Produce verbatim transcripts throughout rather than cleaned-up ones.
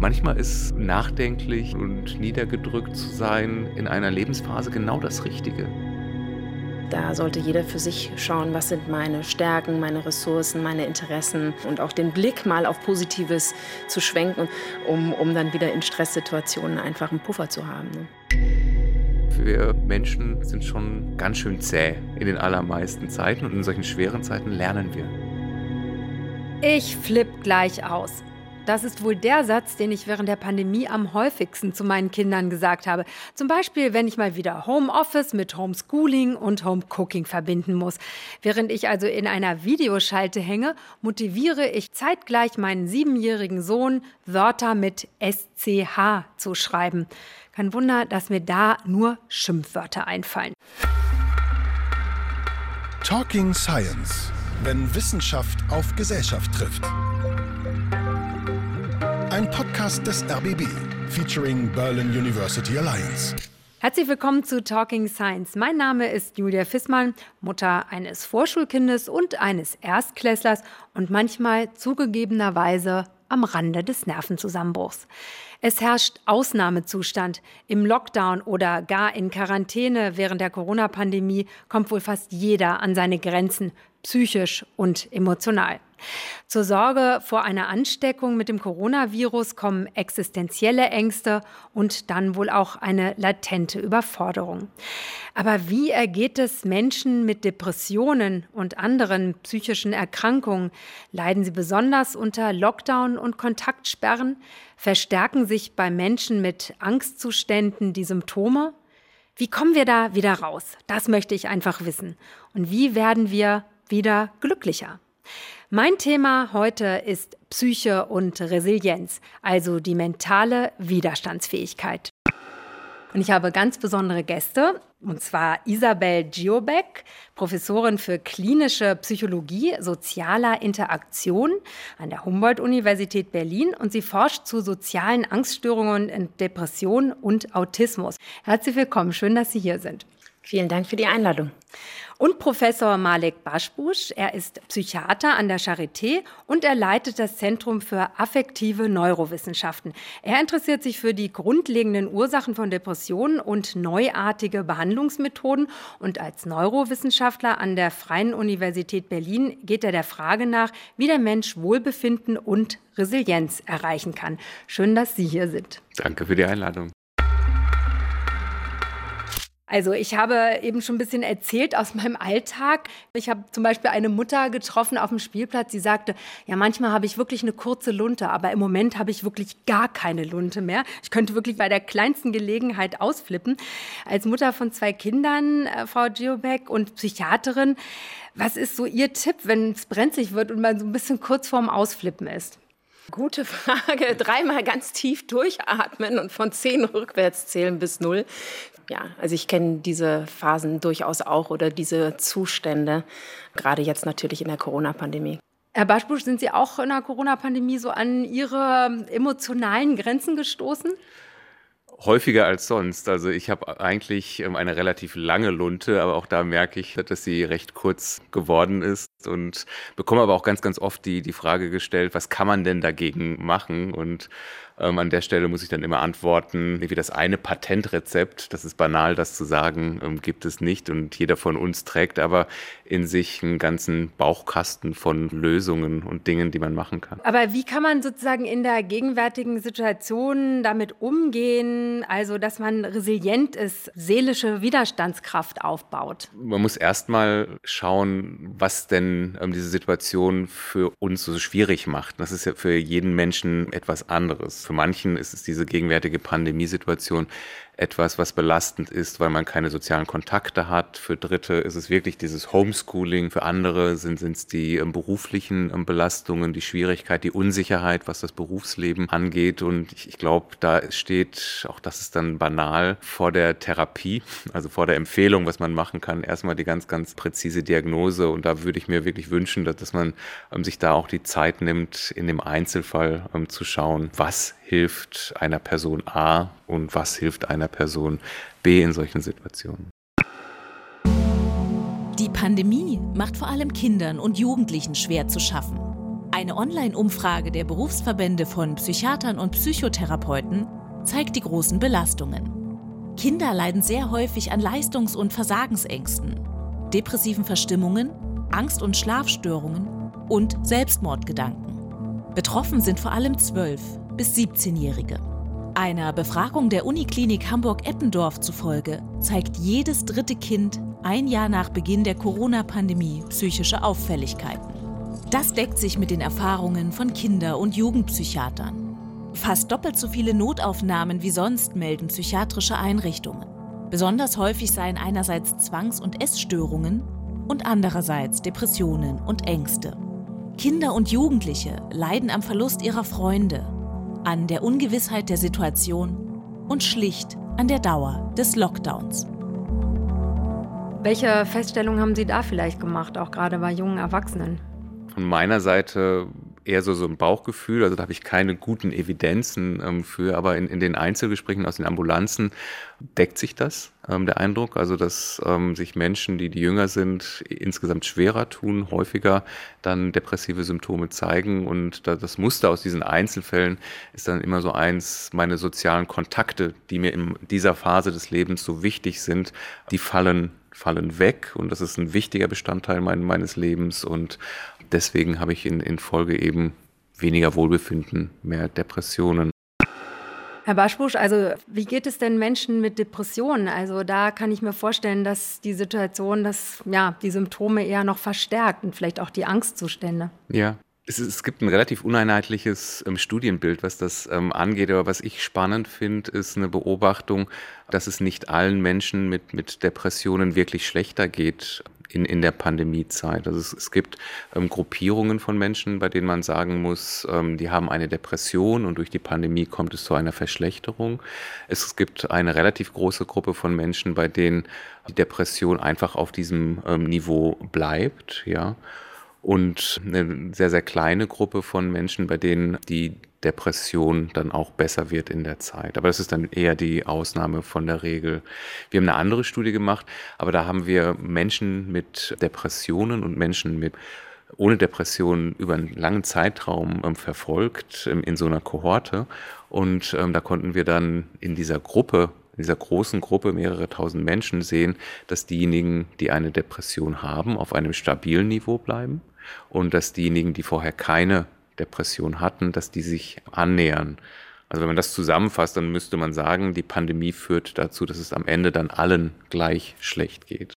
Manchmal ist nachdenklich und niedergedrückt zu sein in einer Lebensphase genau das Richtige. Da sollte jeder für sich schauen, was sind meine Stärken, meine Ressourcen, meine Interessen und auch den Blick mal auf Positives zu schwenken, um, um dann wieder in Stresssituationen einfach einen Puffer zu haben. Ne? Wir Menschen sind schon ganz schön zäh in den allermeisten Zeiten und in solchen schweren Zeiten lernen wir. Ich flipp gleich aus. Das ist wohl der Satz, den ich während der Pandemie am häufigsten zu meinen Kindern gesagt habe. Zum Beispiel, wenn ich mal wieder Homeoffice mit Homeschooling und Homecooking verbinden muss. Während ich also in einer Videoschalte hänge, motiviere ich zeitgleich meinen siebenjährigen Sohn, Wörter mit S C H zu schreiben. Kein Wunder, dass mir da nur Schimpfwörter einfallen. Talking Science, wenn Wissenschaft auf Gesellschaft trifft. Ein Podcast des R B B, featuring Berlin University Alliance. Herzlich willkommen zu Talking Science. Mein Name ist Julia Fissmann, Mutter eines Vorschulkindes und eines Erstklässlers und manchmal zugegebenerweise am Rande des Nervenzusammenbruchs. Es herrscht Ausnahmezustand. Im Lockdown oder gar in Quarantäne während der Corona-Pandemie kommt wohl fast jeder an seine Grenzen, psychisch und emotional. Zur Sorge vor einer Ansteckung mit dem Coronavirus kommen existenzielle Ängste und dann wohl auch eine latente Überforderung. Aber wie ergeht es Menschen mit Depressionen und anderen psychischen Erkrankungen? Leiden sie besonders unter Lockdown und Kontaktsperren? Verstärken sich bei Menschen mit Angstzuständen die Symptome? Wie kommen wir da wieder raus? Das möchte ich einfach wissen. Und wie werden wir wieder glücklicher? Mein Thema heute ist Psyche und Resilienz, also die mentale Widerstandsfähigkeit. Und ich habe ganz besondere Gäste, und zwar Isabel Giobeck, Professorin für klinische Psychologie sozialer Interaktion an der Humboldt-Universität Berlin, und sie forscht zu sozialen Angststörungen, Depressionen und Autismus. Herzlich willkommen, schön, dass Sie hier sind. Vielen Dank für die Einladung. Und Professor Malek Baschbusch, er ist Psychiater an der Charité und er leitet das Zentrum für affektive Neurowissenschaften. Er interessiert sich für die grundlegenden Ursachen von Depressionen und neuartige Behandlungsmethoden. Und als Neurowissenschaftler an der Freien Universität Berlin geht er der Frage nach, wie der Mensch Wohlbefinden und Resilienz erreichen kann. Schön, dass Sie hier sind. Danke für die Einladung. Also ich habe eben schon ein bisschen erzählt aus meinem Alltag. Ich habe zum Beispiel eine Mutter getroffen auf dem Spielplatz, die sagte, ja, manchmal habe ich wirklich eine kurze Lunte, aber im Moment habe ich wirklich gar keine Lunte mehr. Ich könnte wirklich bei der kleinsten Gelegenheit ausflippen. Als Mutter von zwei Kindern, äh, Frau Giobeck, und Psychiaterin, was ist so Ihr Tipp, wenn es brenzlig wird und man so ein bisschen kurz vorm Ausflippen ist? Gute Frage. Dreimal ganz tief durchatmen und von zehn rückwärts zählen bis null. Ja, also ich kenne diese Phasen durchaus auch oder diese Zustände, gerade jetzt natürlich in der Corona-Pandemie. Herr Baschbusch, sind Sie auch in der Corona-Pandemie so an Ihre emotionalen Grenzen gestoßen? Häufiger als sonst. Also ich habe eigentlich eine relativ lange Lunte, aber auch da merke ich, dass sie recht kurz geworden ist und bekomme aber auch ganz, ganz oft die, die Frage gestellt, was kann man denn dagegen machen? Und ähm, an der Stelle muss ich dann immer antworten, wie das eine Patentrezept, das ist banal, das zu sagen, ähm, gibt es nicht. Und jeder von uns trägt aber in sich einen ganzen Bauchkasten von Lösungen und Dingen, die man machen kann. Aber wie kann man sozusagen in der gegenwärtigen Situation damit umgehen, also dass man resilient ist, seelische Widerstandskraft aufbaut? Man muss erst mal schauen, was denn ähm, diese Situation für uns so schwierig macht. Das ist ja für jeden Menschen etwas anderes. Für manchen ist es diese gegenwärtige Pandemiesituation etwas, was belastend ist, weil man keine sozialen Kontakte hat. Für Dritte ist es wirklich dieses Homeschooling. Für andere sind es die ähm, beruflichen ähm, Belastungen, die Schwierigkeit, die Unsicherheit, was das Berufsleben angeht. Und ich, ich glaube, da steht, auch das ist dann banal, vor der Therapie, also vor der Empfehlung, was man machen kann, erstmal die ganz, ganz präzise Diagnose. Und da würde ich mir wirklich wünschen, dass, dass man ähm, sich da auch die Zeit nimmt, in dem Einzelfall ähm, zu schauen, was hilft einer Person A und was hilft einer Person B in solchen Situationen. Die Pandemie macht vor allem Kindern und Jugendlichen schwer zu schaffen. Eine Online-Umfrage der Berufsverbände von Psychiatern und Psychotherapeuten zeigt die großen Belastungen. Kinder leiden sehr häufig an Leistungs- und Versagensängsten, depressiven Verstimmungen, Angst- und Schlafstörungen und Selbstmordgedanken. Betroffen sind vor allem zwölf- bis siebzehnjährige. Einer Befragung der Uniklinik Hamburg-Eppendorf zufolge zeigt jedes dritte Kind ein Jahr nach Beginn der Corona-Pandemie psychische Auffälligkeiten. Das deckt sich mit den Erfahrungen von Kinder- und Jugendpsychiatern. Fast doppelt so viele Notaufnahmen wie sonst melden psychiatrische Einrichtungen. Besonders häufig seien einerseits Zwangs- und Essstörungen und andererseits Depressionen und Ängste. Kinder und Jugendliche leiden am Verlust ihrer Freunde, an der Ungewissheit der Situation und schlicht an der Dauer des Lockdowns. Welche Feststellungen haben Sie da vielleicht gemacht, auch gerade bei jungen Erwachsenen? Von meiner Seite eher so, so ein Bauchgefühl, also da habe ich keine guten Evidenzen ähm, für, aber in, in den Einzelgesprächen aus den Ambulanzen deckt sich das, ähm, der Eindruck, also dass ähm, sich Menschen, die, die jünger sind, insgesamt schwerer tun, häufiger dann depressive Symptome zeigen und da, das Muster aus diesen Einzelfällen ist dann immer so eins, meine sozialen Kontakte, die mir in dieser Phase des Lebens so wichtig sind, die fallen fallen weg und das ist ein wichtiger Bestandteil mein, meines Lebens und deswegen habe ich in, in Folge eben weniger Wohlbefinden, mehr Depressionen. Herr Baschbusch, also wie geht es denn Menschen mit Depressionen? Also da kann ich mir vorstellen, dass die Situation, dass ja, die Symptome eher noch verstärkt und vielleicht auch die Angstzustände. Ja. Es, ist, es gibt ein relativ uneinheitliches ähm, Studienbild, was das ähm, angeht. Aber was ich spannend finde, ist eine Beobachtung, dass es nicht allen Menschen mit, mit Depressionen wirklich schlechter geht in, in der Pandemiezeit. Also es, es gibt ähm, Gruppierungen von Menschen, bei denen man sagen muss, ähm, die haben eine Depression und durch die Pandemie kommt es zu einer Verschlechterung. Es gibt eine relativ große Gruppe von Menschen, bei denen die Depression einfach auf diesem ähm, Niveau bleibt, ja. Und eine sehr, sehr kleine Gruppe von Menschen, bei denen die Depression dann auch besser wird in der Zeit. Aber das ist dann eher die Ausnahme von der Regel. Wir haben eine andere Studie gemacht, aber da haben wir Menschen mit Depressionen und Menschen mit ohne Depressionen über einen langen Zeitraum ähm, verfolgt ähm, in so einer Kohorte. Und ähm, da konnten wir dann in dieser Gruppe, in dieser großen Gruppe, mehrere tausend Menschen sehen, dass diejenigen, die eine Depression haben, auf einem stabilen Niveau bleiben. Und dass diejenigen, die vorher keine Depression hatten, dass die sich annähern. Also wenn man das zusammenfasst, dann müsste man sagen, die Pandemie führt dazu, dass es am Ende dann allen gleich schlecht geht.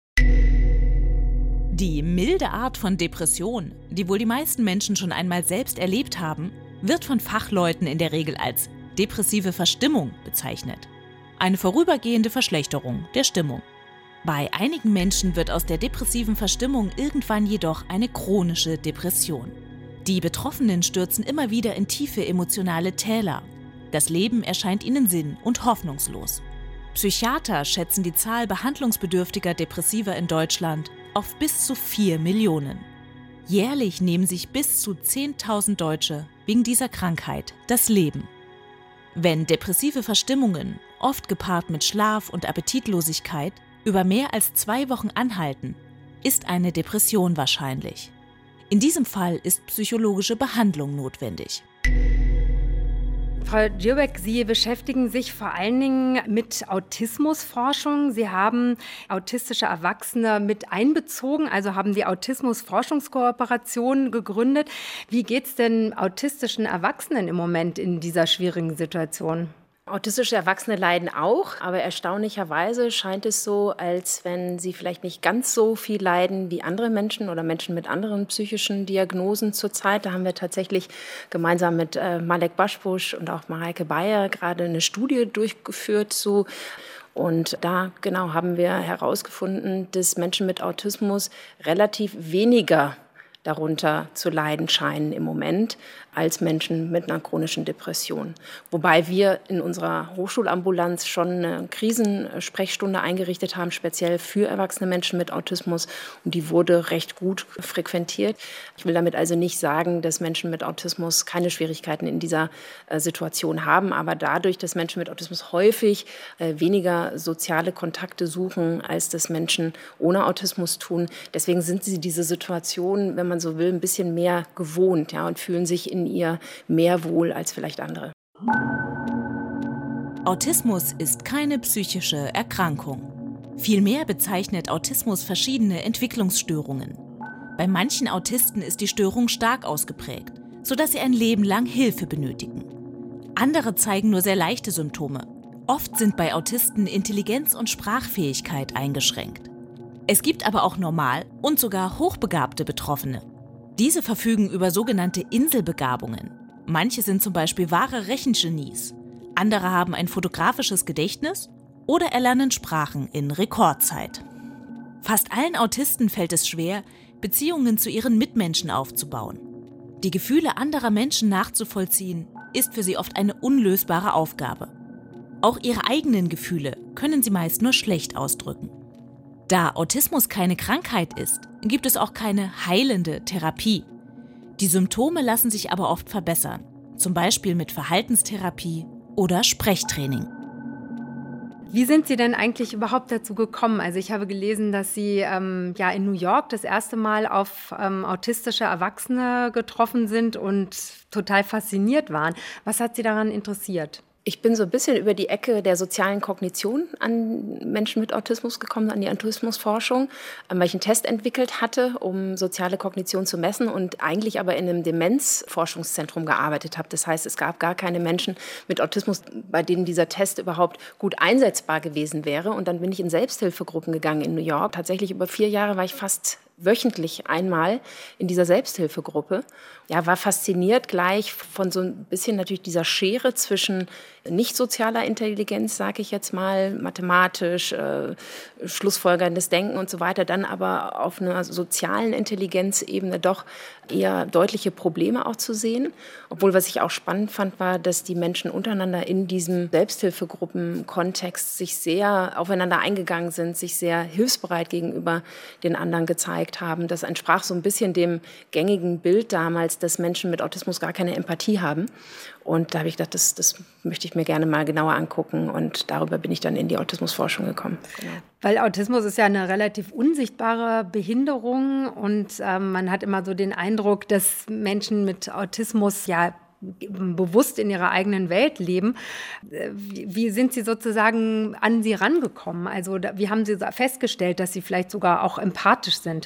Die milde Art von Depression, die wohl die meisten Menschen schon einmal selbst erlebt haben, wird von Fachleuten in der Regel als depressive Verstimmung bezeichnet. Eine vorübergehende Verschlechterung der Stimmung. Bei einigen Menschen wird aus der depressiven Verstimmung irgendwann jedoch eine chronische Depression. Die Betroffenen stürzen immer wieder in tiefe emotionale Täler. Das Leben erscheint ihnen sinn- und hoffnungslos. Psychiater schätzen die Zahl behandlungsbedürftiger Depressiver in Deutschland auf bis zu vier Millionen. Jährlich nehmen sich bis zu zehntausend Deutsche wegen dieser Krankheit das Leben. Wenn depressive Verstimmungen, oft gepaart mit Schlaf- und Appetitlosigkeit, über mehr als zwei Wochen anhalten, ist eine Depression wahrscheinlich. In diesem Fall ist psychologische Behandlung notwendig. Frau Djurbeck, Sie beschäftigen sich vor allen Dingen mit Autismusforschung. Sie haben autistische Erwachsene mit einbezogen, also haben die Autismusforschungskooperation gegründet. Wie geht es denn autistischen Erwachsenen im Moment in dieser schwierigen Situation? Autistische Erwachsene leiden auch, aber erstaunlicherweise scheint es so, als wenn sie vielleicht nicht ganz so viel leiden wie andere Menschen oder Menschen mit anderen psychischen Diagnosen zurzeit. Da haben wir tatsächlich gemeinsam mit äh, Malek Baschbusch und auch Mareike Beyer gerade eine Studie durchgeführt zu. Und da genau haben wir herausgefunden, dass Menschen mit Autismus relativ weniger darunter zu leiden scheinen im Moment als Menschen mit einer chronischen Depression. Wobei wir in unserer Hochschulambulanz schon eine Krisensprechstunde eingerichtet haben, speziell für erwachsene Menschen mit Autismus. Und die wurde recht gut frequentiert. Ich will damit also nicht sagen, dass Menschen mit Autismus keine Schwierigkeiten in dieser äh, Situation haben. Aber dadurch, dass Menschen mit Autismus häufig äh, weniger soziale Kontakte suchen, als das Menschen ohne Autismus tun, deswegen sind sie diese Situation, wenn man man so will, ein bisschen mehr gewohnt, ja, und fühlen sich in ihr mehr wohl als vielleicht andere. Autismus ist keine psychische Erkrankung. Vielmehr bezeichnet Autismus verschiedene Entwicklungsstörungen. Bei manchen Autisten ist die Störung stark ausgeprägt, sodass sie ein Leben lang Hilfe benötigen. Andere zeigen nur sehr leichte Symptome. Oft sind bei Autisten Intelligenz und Sprachfähigkeit eingeschränkt. Es gibt aber auch normal und sogar hochbegabte Betroffene. Diese verfügen über sogenannte Inselbegabungen. Manche sind zum Beispiel wahre Rechengenies. Andere haben ein fotografisches Gedächtnis oder erlernen Sprachen in Rekordzeit. Fast allen Autisten fällt es schwer, Beziehungen zu ihren Mitmenschen aufzubauen. Die Gefühle anderer Menschen nachzuvollziehen, ist für sie oft eine unlösbare Aufgabe. Auch ihre eigenen Gefühle können sie meist nur schlecht ausdrücken. Da Autismus keine Krankheit ist, gibt es auch keine heilende Therapie. Die Symptome lassen sich aber oft verbessern, zum Beispiel mit Verhaltenstherapie oder Sprechtraining. Wie sind Sie denn eigentlich überhaupt dazu gekommen? Also ich habe gelesen, dass Sie ähm, ja in New York das erste Mal auf ähm, autistische Erwachsene getroffen sind und total fasziniert waren. Was hat Sie daran interessiert? Ich bin so ein bisschen über die Ecke der sozialen Kognition an Menschen mit Autismus gekommen, an die Autismusforschung, weil ich einen Test entwickelt hatte, um soziale Kognition zu messen und eigentlich aber in einem Demenzforschungszentrum gearbeitet habe. Das heißt, es gab gar keine Menschen mit Autismus, bei denen dieser Test überhaupt gut einsetzbar gewesen wäre. Und dann bin ich in Selbsthilfegruppen gegangen in New York. Tatsächlich über vier Jahre war ich fast wöchentlich einmal in dieser Selbsthilfegruppe. Ja, war fasziniert gleich von so ein bisschen natürlich dieser Schere zwischen nicht sozialer Intelligenz, sage ich jetzt mal, mathematisch, äh, schlussfolgerndes Denken und so weiter, dann aber auf einer sozialen Intelligenzebene doch eher deutliche Probleme auch zu sehen. Obwohl, was ich auch spannend fand, war, dass die Menschen untereinander in diesem Selbsthilfegruppenkontext sich sehr aufeinander eingegangen sind, sich sehr hilfsbereit gegenüber den anderen gezeigt haben. Das entsprach so ein bisschen dem gängigen Bild damals, dass Menschen mit Autismus gar keine Empathie haben. Und da habe ich gedacht, das, das möchte ich mir gerne mal genauer angucken. Und darüber bin ich dann in die Autismusforschung gekommen. Genau. Weil Autismus ist ja eine relativ unsichtbare Behinderung. Und ähm, man hat immer so den Eindruck, dass Menschen mit Autismus ja bewusst in ihrer eigenen Welt leben. Wie, wie sind Sie sozusagen an Sie rangekommen? Also wie haben Sie festgestellt, dass Sie vielleicht sogar auch empathisch sind?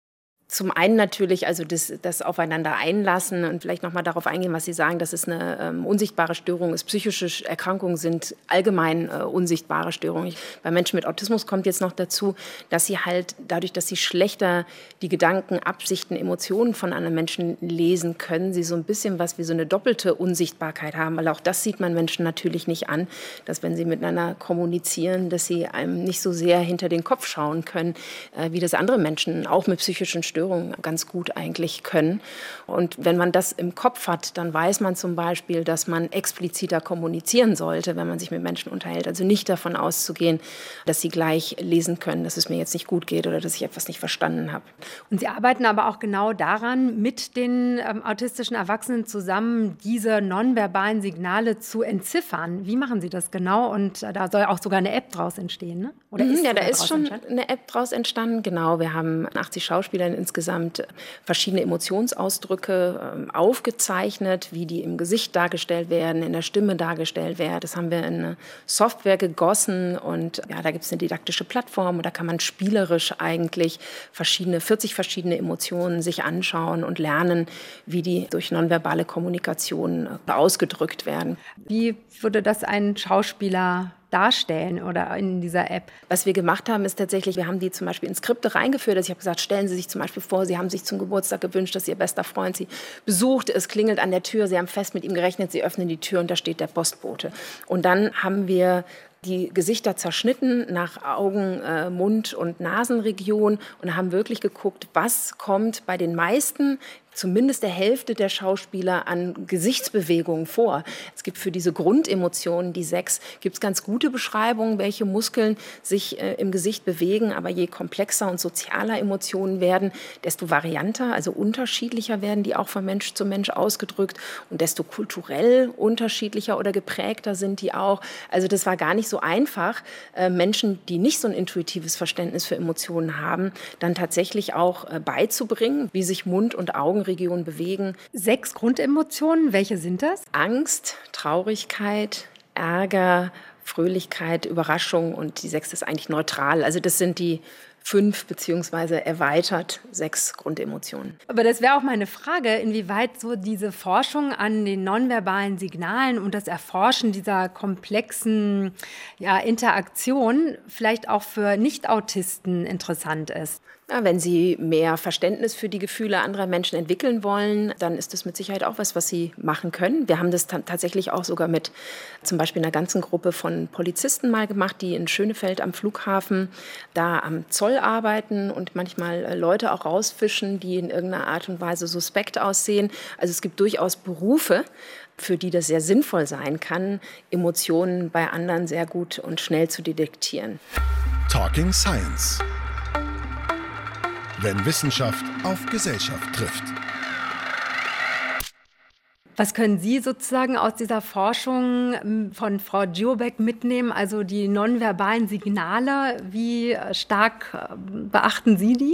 Zum einen natürlich also das, das Aufeinander einlassen und vielleicht noch mal darauf eingehen, was Sie sagen, dass es eine ähm, unsichtbare Störung ist. Psychische Erkrankungen sind allgemein äh, unsichtbare Störungen. Ich, bei Menschen mit Autismus kommt jetzt noch dazu, dass sie halt dadurch, dass sie schlechter die Gedanken, Absichten, Emotionen von anderen Menschen lesen können, sie so ein bisschen was wie so eine doppelte Unsichtbarkeit haben. Weil auch das sieht man Menschen natürlich nicht an, dass wenn sie miteinander kommunizieren, dass sie einem nicht so sehr hinter den Kopf schauen können, äh, wie das andere Menschen auch mit psychischen Störungen ganz gut eigentlich können. Und wenn man das im Kopf hat, dann weiß man zum Beispiel, dass man expliziter kommunizieren sollte, wenn man sich mit Menschen unterhält. Also nicht davon auszugehen, dass sie gleich lesen können, dass es mir jetzt nicht gut geht oder dass ich etwas nicht verstanden habe. Und Sie arbeiten aber auch genau daran, mit den ähm, autistischen Erwachsenen zusammen diese nonverbalen Signale zu entziffern. Wie machen Sie das genau? Und äh, da soll auch sogar eine App draus entstehen, ne? Oder mhm, ist ja, da ist schon entstanden? eine App draus entstanden. Genau, wir haben achtzig Schauspieler insgesamt verschiedene Emotionsausdrücke ähm, aufgezeichnet, wie die im Gesicht dargestellt werden, in der Stimme dargestellt werden. Das haben wir in eine Software gegossen und ja, da gibt es eine didaktische Plattform und da kann man spielerisch eigentlich verschiedene, vierzig verschiedene Emotionen sich anschauen und lernen, wie die durch nonverbale Kommunikation äh, ausgedrückt werden. Wie würde das ein Schauspieler darstellen oder in dieser App? Was wir gemacht haben, ist tatsächlich, wir haben die zum Beispiel in Skripte reingeführt. Also ich habe gesagt, stellen Sie sich zum Beispiel vor, Sie haben sich zum Geburtstag gewünscht, dass Ihr bester Freund Sie besucht. Es klingelt an der Tür, Sie haben fest mit ihm gerechnet, Sie öffnen die Tür und da steht der Postbote. Und dann haben wir die Gesichter zerschnitten nach Augen-, äh, Mund- und Nasenregion und haben wirklich geguckt, was kommt bei den meisten, zumindest der Hälfte der Schauspieler, an Gesichtsbewegungen vor. Es gibt für diese Grundemotionen, die sechs, gibt es ganz gute Beschreibungen, welche Muskeln sich äh, im Gesicht bewegen. Aber je komplexer und sozialer Emotionen werden, desto varianter, also unterschiedlicher werden die auch von Mensch zu Mensch ausgedrückt und desto kulturell unterschiedlicher oder geprägter sind die auch. Also das war gar nicht so einfach, äh, Menschen, die nicht so ein intuitives Verständnis für Emotionen haben, dann tatsächlich auch äh, beizubringen, wie sich Mund- und Augenregionen bewegen. Sechs Grundemotionen, welche sind das? Angst, Traurigkeit, Ärger, Fröhlichkeit, Überraschung und die sechste ist eigentlich neutral. Also das sind die fünf beziehungsweise erweitert sechs Grundemotionen. Aber das wäre auch meine Frage, inwieweit so diese Forschung an den nonverbalen Signalen und das Erforschen dieser komplexen ja, Interaktion vielleicht auch für Nicht-Autisten interessant ist. Ja, wenn Sie mehr Verständnis für die Gefühle anderer Menschen entwickeln wollen, dann ist das mit Sicherheit auch was, was Sie machen können. Wir haben das t- tatsächlich auch sogar mit zum Beispiel einer ganzen Gruppe von Polizisten mal gemacht, die in Schönefeld am Flughafen da am Zoll arbeiten und manchmal äh, Leute auch rausfischen, die in irgendeiner Art und Weise suspekt aussehen. Also es gibt durchaus Berufe, für die das sehr sinnvoll sein kann, Emotionen bei anderen sehr gut und schnell zu detektieren. Talking Science. Wenn Wissenschaft auf Gesellschaft trifft. Was können Sie sozusagen aus dieser Forschung von Frau Dziobec mitnehmen, also die nonverbalen Signale? Wie stark beachten Sie die?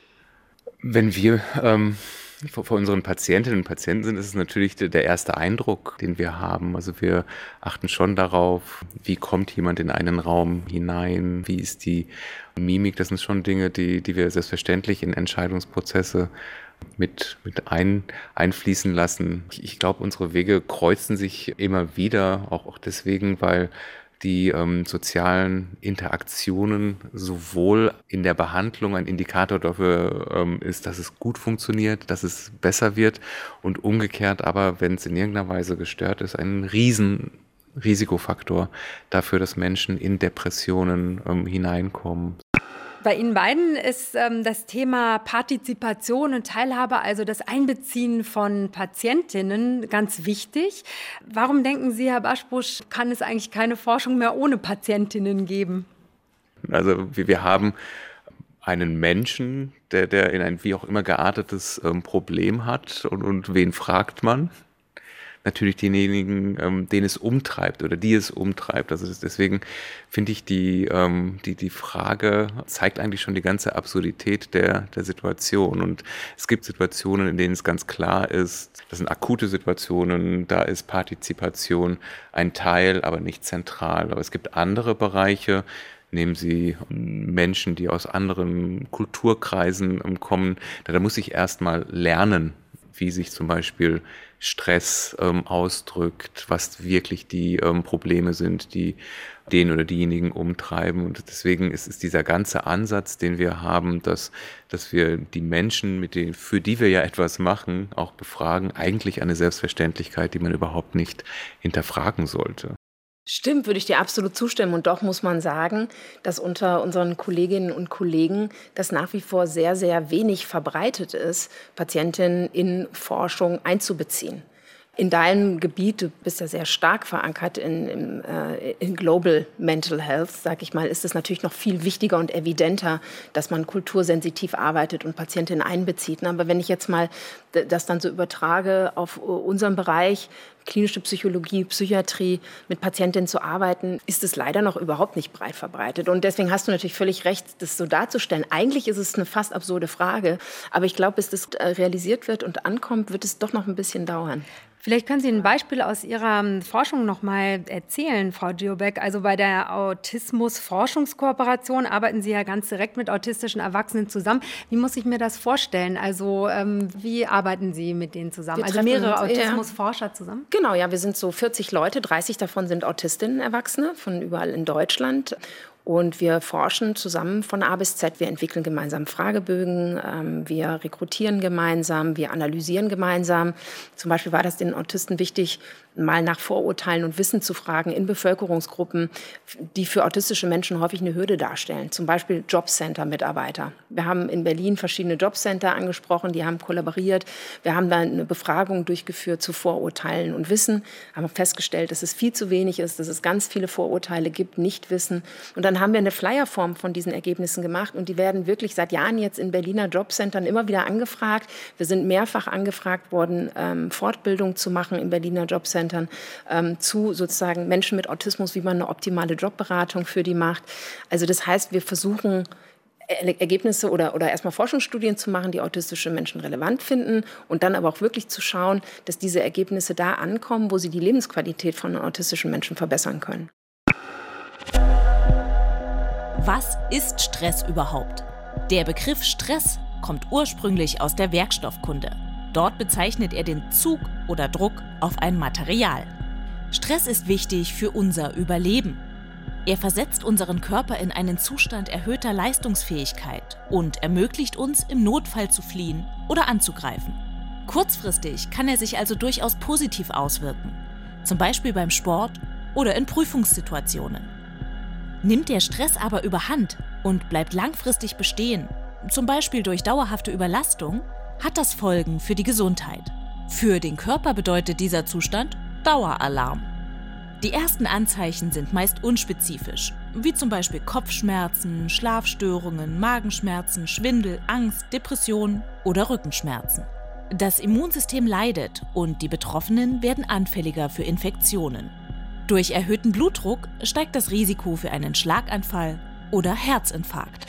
Wenn wir ähm, vor, vor unseren Patientinnen und Patienten sind, ist es natürlich der, der erste Eindruck, den wir haben. Also wir achten schon darauf, wie kommt jemand in einen Raum hinein, wie ist die Mimik. Das sind schon Dinge, die, die wir selbstverständlich in Entscheidungsprozesse mit, mit ein, einfließen lassen. Ich, ich glaube, unsere Wege kreuzen sich immer wieder, auch, auch deswegen, weil die ähm, sozialen Interaktionen sowohl in der Behandlung ein Indikator dafür ähm, ist, dass es gut funktioniert, dass es besser wird und umgekehrt aber, wenn es in irgendeiner Weise gestört ist, ein riesen Risikofaktor dafür, dass Menschen in Depressionen ähm, hineinkommen. Bei Ihnen beiden ist ähm, das Thema Partizipation und Teilhabe, also das Einbeziehen von Patientinnen, ganz wichtig. Warum denken Sie, Herr Baschbusch, kann es eigentlich keine Forschung mehr ohne Patientinnen geben? Also wir haben einen Menschen, der, der in ein wie auch immer geartetes ähm, Problem hat und, und wen fragt man? Natürlich denjenigen, ähm, den es umtreibt oder die es umtreibt. Also deswegen finde ich, die, ähm, die, die Frage zeigt eigentlich schon die ganze Absurdität der, der Situation. Und es gibt Situationen, in denen es ganz klar ist, das sind akute Situationen, da ist Partizipation ein Teil, aber nicht zentral. Aber es gibt andere Bereiche, nehmen Sie Menschen, die aus anderen Kulturkreisen kommen, da, da muss ich erst mal lernen, wie sich zum Beispiel Stress ähm, ausdrückt, was wirklich die ähm, Probleme sind, die den oder diejenigen umtreiben. Und deswegen ist es dieser ganze Ansatz, den wir haben, dass, dass wir die Menschen, mit denen, für die wir ja etwas machen, auch befragen, eigentlich eine Selbstverständlichkeit, die man überhaupt nicht hinterfragen sollte. Stimmt, würde ich dir absolut zustimmen. Und doch muss man sagen, dass unter unseren Kolleginnen und Kollegen das nach wie vor sehr, sehr wenig verbreitet ist, Patientinnen in Forschung einzubeziehen. In deinem Gebiet, du bist ja sehr stark verankert in, in, äh, in Global Mental Health, sag ich mal, ist es natürlich noch viel wichtiger und evidenter, dass man kultursensitiv arbeitet und Patientinnen einbezieht. Aber wenn ich jetzt mal das dann so übertrage auf unseren Bereich, klinische Psychologie, Psychiatrie, mit Patientinnen zu arbeiten, ist es leider noch überhaupt nicht breit verbreitet. Und deswegen hast du natürlich völlig recht, das so darzustellen. Eigentlich ist es eine fast absurde Frage, aber ich glaube, bis das realisiert wird und ankommt, wird es doch noch ein bisschen dauern. Vielleicht können Sie ein Beispiel aus Ihrer Forschung noch mal erzählen, Frau Dziobec. Also bei der Autismus-Forschungskooperation arbeiten Sie ja ganz direkt mit autistischen Erwachsenen zusammen. Wie muss ich mir das vorstellen? Also ähm, wie arbeiten Sie mit denen zusammen? Wir also mehrere uns, Autismusforscher ja. zusammen? Genau, ja, wir sind so vierzig Leute, dreißig davon sind Autistinnen, Erwachsene von überall in Deutschland. Und wir forschen zusammen von A bis Z. Wir entwickeln gemeinsam Fragebögen, ähm, wir rekrutieren gemeinsam, wir analysieren gemeinsam. Zum Beispiel war das den Autisten wichtig, mal nach Vorurteilen und Wissen zu fragen in Bevölkerungsgruppen, die für autistische Menschen häufig eine Hürde darstellen. Zum Beispiel Jobcenter-Mitarbeiter. Wir haben in Berlin verschiedene Jobcenter angesprochen, die haben kollaboriert. Wir haben dann eine Befragung durchgeführt zu Vorurteilen und Wissen, haben festgestellt, dass es viel zu wenig ist, dass es ganz viele Vorurteile gibt, Nichtwissen. Und dann haben wir eine Flyerform von diesen Ergebnissen gemacht und die werden wirklich seit Jahren jetzt in Berliner Jobcentern immer wieder angefragt. Wir sind mehrfach angefragt worden, ähm, Fortbildung zu machen in Berliner Jobcentern. Jobcentern ähm, zu sozusagen Menschen mit Autismus, wie man eine optimale Jobberatung für die macht. Also das heißt, wir versuchen Ergebnisse oder, oder erstmal Forschungsstudien zu machen, die autistische Menschen relevant finden und dann aber auch wirklich zu schauen, dass diese Ergebnisse da ankommen, wo sie die Lebensqualität von autistischen Menschen verbessern können. Was ist Stress überhaupt? Der Begriff Stress kommt ursprünglich aus der Werkstoffkunde. Dort bezeichnet er den Zug oder Druck auf ein Material. Stress ist wichtig für unser Überleben. Er versetzt unseren Körper in einen Zustand erhöhter Leistungsfähigkeit und ermöglicht uns, im Notfall zu fliehen oder anzugreifen. Kurzfristig kann er sich also durchaus positiv auswirken, zum Beispiel beim Sport oder in Prüfungssituationen. Nimmt der Stress aber überhand und bleibt langfristig bestehen, zum Beispiel durch dauerhafte Überlastung, hat das Folgen für die Gesundheit. Für den Körper bedeutet dieser Zustand Daueralarm. Die ersten Anzeichen sind meist unspezifisch, wie zum Beispiel Kopfschmerzen, Schlafstörungen, Magenschmerzen, Schwindel, Angst, Depression oder Rückenschmerzen. Das Immunsystem leidet und die Betroffenen werden anfälliger für Infektionen. Durch erhöhten Blutdruck steigt das Risiko für einen Schlaganfall oder Herzinfarkt.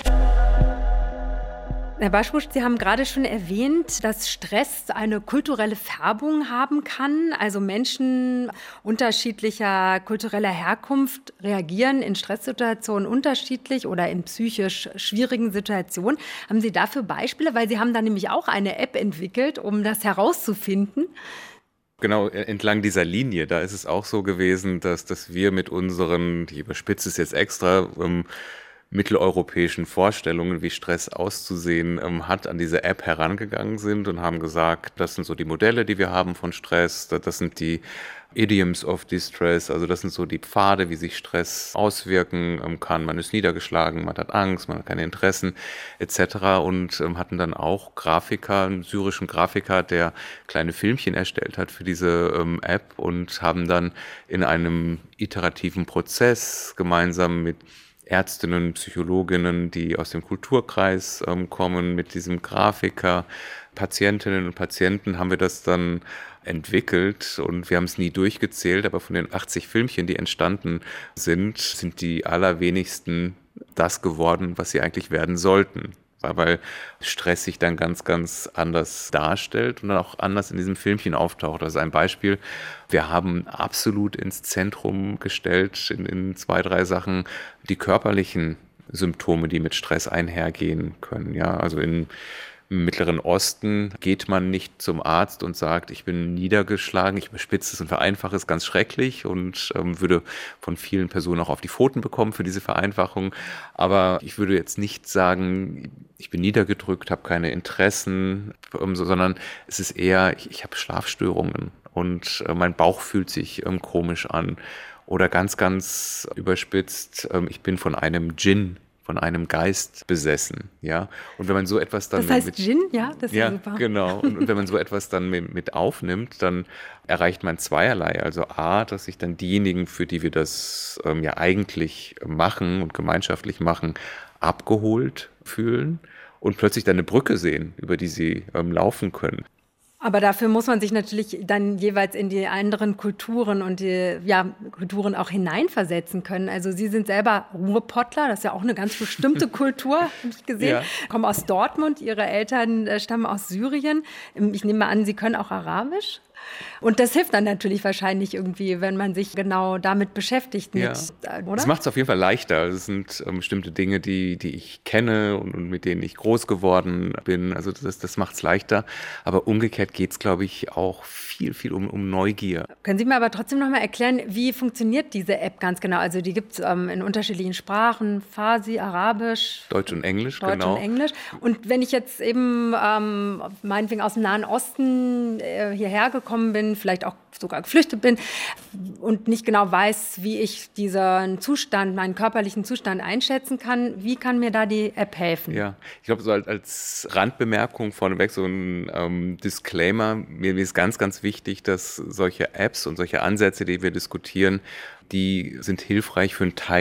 Herr Baschbusch, Sie haben gerade schon erwähnt, dass Stress eine kulturelle Färbung haben kann. Also Menschen unterschiedlicher kultureller Herkunft reagieren in Stresssituationen unterschiedlich oder in psychisch schwierigen Situationen. Haben Sie dafür Beispiele? Weil Sie haben da nämlich auch eine App entwickelt, um das herauszufinden. Genau, entlang dieser Linie, da ist es auch so gewesen, dass, dass wir mit unseren, ich überspitze es jetzt extra, ähm, mitteleuropäischen Vorstellungen, wie Stress auszusehen ähm, hat, an diese App herangegangen sind und haben gesagt, das sind so die Modelle, die wir haben von Stress, das sind die Idioms of Distress, also das sind so die Pfade, wie sich Stress auswirken ähm, kann. Man ist niedergeschlagen, man hat Angst, man hat keine Interessen et cetera und ähm, hatten dann auch Grafiker, einen syrischen Grafiker, der kleine Filmchen erstellt hat für diese ähm, App und haben dann in einem iterativen Prozess gemeinsam mit Ärztinnen, Psychologinnen, die aus dem Kulturkreis ähm, kommen, mit diesem Grafiker, Patientinnen und Patienten haben wir das dann entwickelt und wir haben es nie durchgezählt, aber von den achtzig Filmchen, die entstanden sind, sind die allerwenigsten das geworden, was sie eigentlich werden sollten. Weil Stress sich dann ganz, ganz anders darstellt und dann auch anders in diesem Filmchen auftaucht. Also ein Beispiel, wir haben absolut ins Zentrum gestellt, in, in zwei, drei Sachen, die körperlichen Symptome, die mit Stress einhergehen können. Ja, also in Im Mittleren Osten geht man nicht zum Arzt und sagt, ich bin niedergeschlagen, ich überspitze es und vereinfache es ganz schrecklich und ähm, würde von vielen Personen auch auf die Pfoten bekommen für diese Vereinfachung. Aber ich würde jetzt nicht sagen, ich bin niedergedrückt, habe keine Interessen, ähm, so, sondern es ist eher, ich, ich habe Schlafstörungen und äh, mein Bauch fühlt sich ähm, komisch an. Oder ganz, ganz überspitzt, ähm, ich bin von einem Djinn, von einem Geist besessen, ja. Und wenn man so etwas dann das heißt mit, Djinn, ja, das ist ja, ja super. Genau. Und, und wenn man so etwas dann mit, mit aufnimmt, dann erreicht man zweierlei. Also A, dass sich dann diejenigen, für die wir das ähm, ja eigentlich machen und gemeinschaftlich machen, abgeholt fühlen und plötzlich dann eine Brücke sehen, über die sie ähm, laufen können. Aber dafür muss man sich natürlich dann jeweils in die anderen Kulturen und die ja, Kulturen auch hineinversetzen können. Also Sie sind selber Ruhrpottler, das ist ja auch eine ganz bestimmte Kultur, habe ich gesehen. Ja. Kommen aus Dortmund, Ihre Eltern stammen aus Syrien. Ich nehme an, Sie können auch Arabisch. Und das hilft dann natürlich wahrscheinlich irgendwie, wenn man sich genau damit beschäftigt. Mit, ja. oder? Das macht es auf jeden Fall leichter. Das sind ähm, bestimmte Dinge, die, die ich kenne und, und mit denen ich groß geworden bin. Also das, das macht es leichter. Aber umgekehrt geht es, glaube ich, auch viel, viel um, um Neugier. Können Sie mir aber trotzdem noch mal erklären, wie funktioniert diese App ganz genau? Also die gibt es ähm, in unterschiedlichen Sprachen, Farsi, Arabisch. Deutsch und Englisch, Deutsch genau. und Englisch. Und wenn ich jetzt eben ähm, meinetwegen aus dem Nahen Osten äh, hierher gekommen bin, vielleicht auch sogar geflüchtet bin und nicht genau weiß, wie ich diesen Zustand, meinen körperlichen Zustand einschätzen kann, wie kann mir da die App helfen? Ja, ich glaube, so als Randbemerkung vorneweg, so ein ähm, Disclaimer, mir ist ganz, ganz wichtig, dass solche Apps und solche Ansätze, die wir diskutieren, die sind hilfreich für einen Teil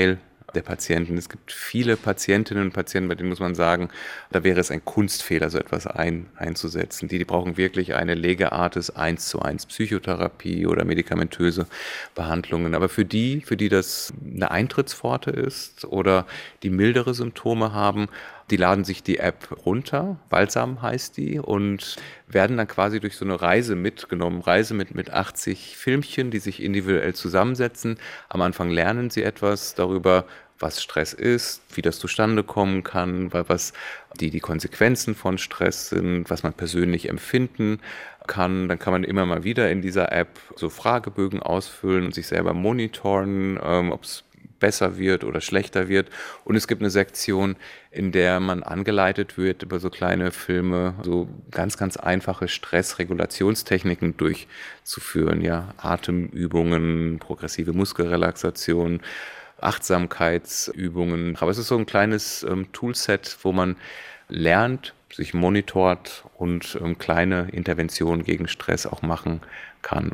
der Patienten. Es gibt viele Patientinnen und Patienten, bei denen muss man sagen, da wäre es ein Kunstfehler, so etwas ein, einzusetzen. Die, die brauchen wirklich eine Legeartis eins zu eins Psychotherapie oder medikamentöse Behandlungen. Aber für die, für die das eine Eintrittspforte ist oder die mildere Symptome haben, die laden sich die App runter, Balsam heißt die, und werden dann quasi durch so eine Reise mitgenommen. Reise mit, mit achtzig Filmchen, die sich individuell zusammensetzen. Am Anfang lernen sie etwas darüber, was Stress ist, wie das zustande kommen kann, was die, die Konsequenzen von Stress sind, was man persönlich empfinden kann. Dann kann man immer mal wieder in dieser App so Fragebögen ausfüllen und sich selber monitoren, ähm, ob es besser wird oder schlechter wird. Und es gibt eine Sektion, in der man angeleitet wird, über so kleine Filme so ganz, ganz einfache Stressregulationstechniken durchzuführen. Ja, Atemübungen, progressive Muskelrelaxation, Achtsamkeitsübungen. Aber es ist so ein kleines ähm, Toolset, wo man lernt, sich monitort und ähm, kleine Interventionen gegen Stress auch machen kann.